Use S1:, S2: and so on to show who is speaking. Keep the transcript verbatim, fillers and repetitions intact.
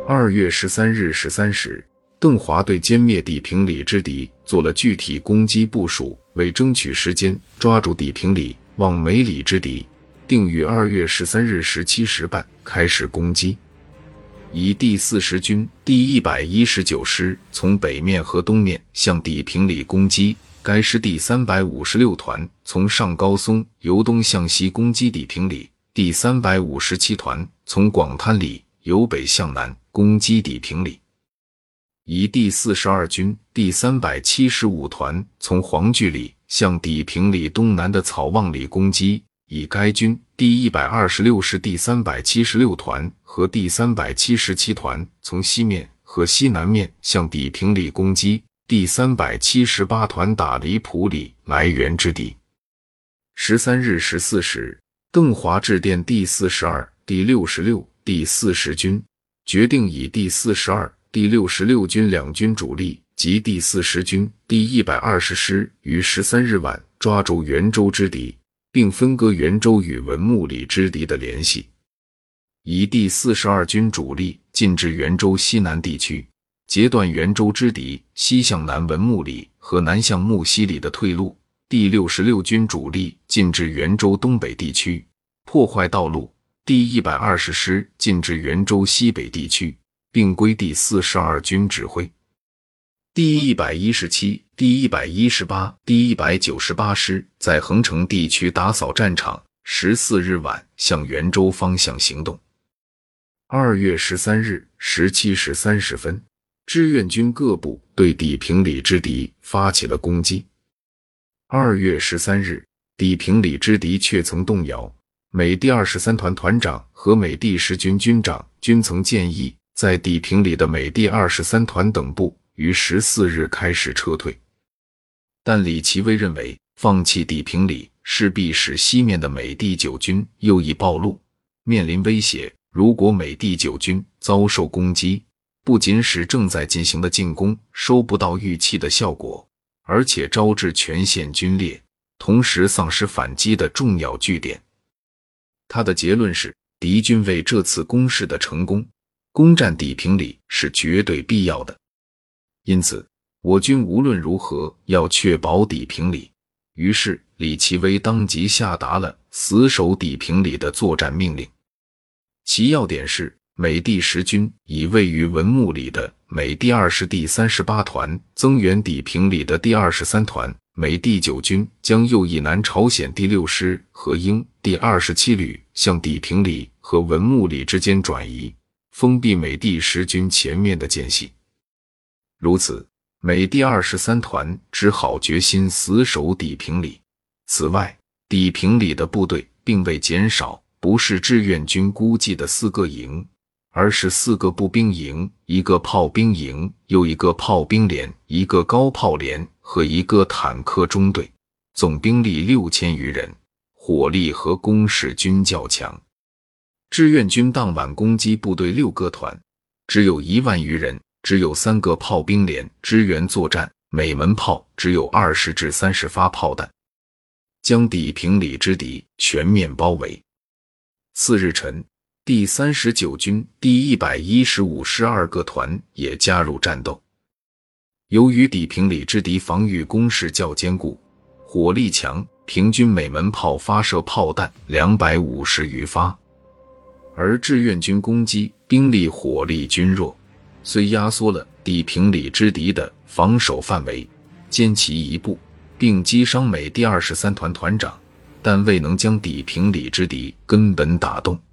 S1: 二月十三日十三时，邓华对歼灭地平里之敌做了具体攻击部署，为争取时间抓住地平里望梅里之敌，定于二月十三日十七时半开始攻击。以第四十军第一百一十九师从北面和东面向地平里攻击，该师第三百五十六团从上高松由东向西攻击地平里，第三百五十七团从广滩里由北向南攻击地平里。以第四十二军第三百七十五团从黄距里向地平里东南的草旺里攻击，以该军第一百二十六师第三百七十六团和第三百七十七团从西面和西南面向地平里攻击，第三百七十八团打离谱里来源之敌。十三日十四时，邓华致电第四十二、第六十六、第四十军，决定以第四十二、第六十六军两军主力及第四十军第一百二十师于十三日晚抓住袁州之敌，并分割袁州与文木里之敌的联系。以第四十二军主力进至袁州西南地区，截断袁州之敌西向南文木里和南向木西里的退路。第六十六军主力进至袁州东北地区，破坏道路。第一百二十师进至袁州西北地区，并归第四十二军指挥。第一百一十七、第一百一十八、第一百九十八师在横城地区打扫战场，十四日晚向袁州方向行动。二月十三日十七时三十分，志愿军各部对地平里之敌发起了攻击。二月十三日，地平里之敌却曾动摇，美第二十三团团长和美第十军军长均曾建议在地平里的美第二十三团等部于十四日开始撤退，但李奇微认为放弃地平里势必使西面的美第九军右翼暴露，面临威胁。如果美第九军遭受攻击，不仅使正在进行的进攻收不到预期的效果，而且招致全线军裂，同时丧失反击的重要据点。他的结论是，敌军为这次攻势的成功，攻占地平里是绝对必要的。因此，我军无论如何要确保地平里。于是，李奇微当即下达了死守地平里的作战命令。其要点是，美第十军以位于文木里的美第二师第三十八团增援地平里的第二十三团，美第九军将右翼南朝鲜第六师和英第二十七旅向地平里和文木里之间转移，封闭美第十军前面的间隙。如此，美第二十三团只好决心死守地平里。此外，地平里的部队并未减少，不是志愿军估计的四个营，而是四个步兵营、一个炮兵营、又一个炮兵连、一个高炮连和一个坦克中队，总兵力六千余人，火力和攻势均较强。志愿军当晚攻击部队六个团，只有一万余人，只有三个炮兵连支援作战，每门炮只有二十至三十发炮弹，将地平里之敌全面包围。次日晨，第三十九军第一百一十五师二个团也加入战斗。由于地平里之敌防御工事较坚固，火力强，平均每门炮发射炮弹两百五十余发，而志愿军攻击兵力火力均弱，虽压缩了地平里之敌的防守范围，歼其一部，并击伤美第二十三团团长，但未能将地平里之敌根本打动。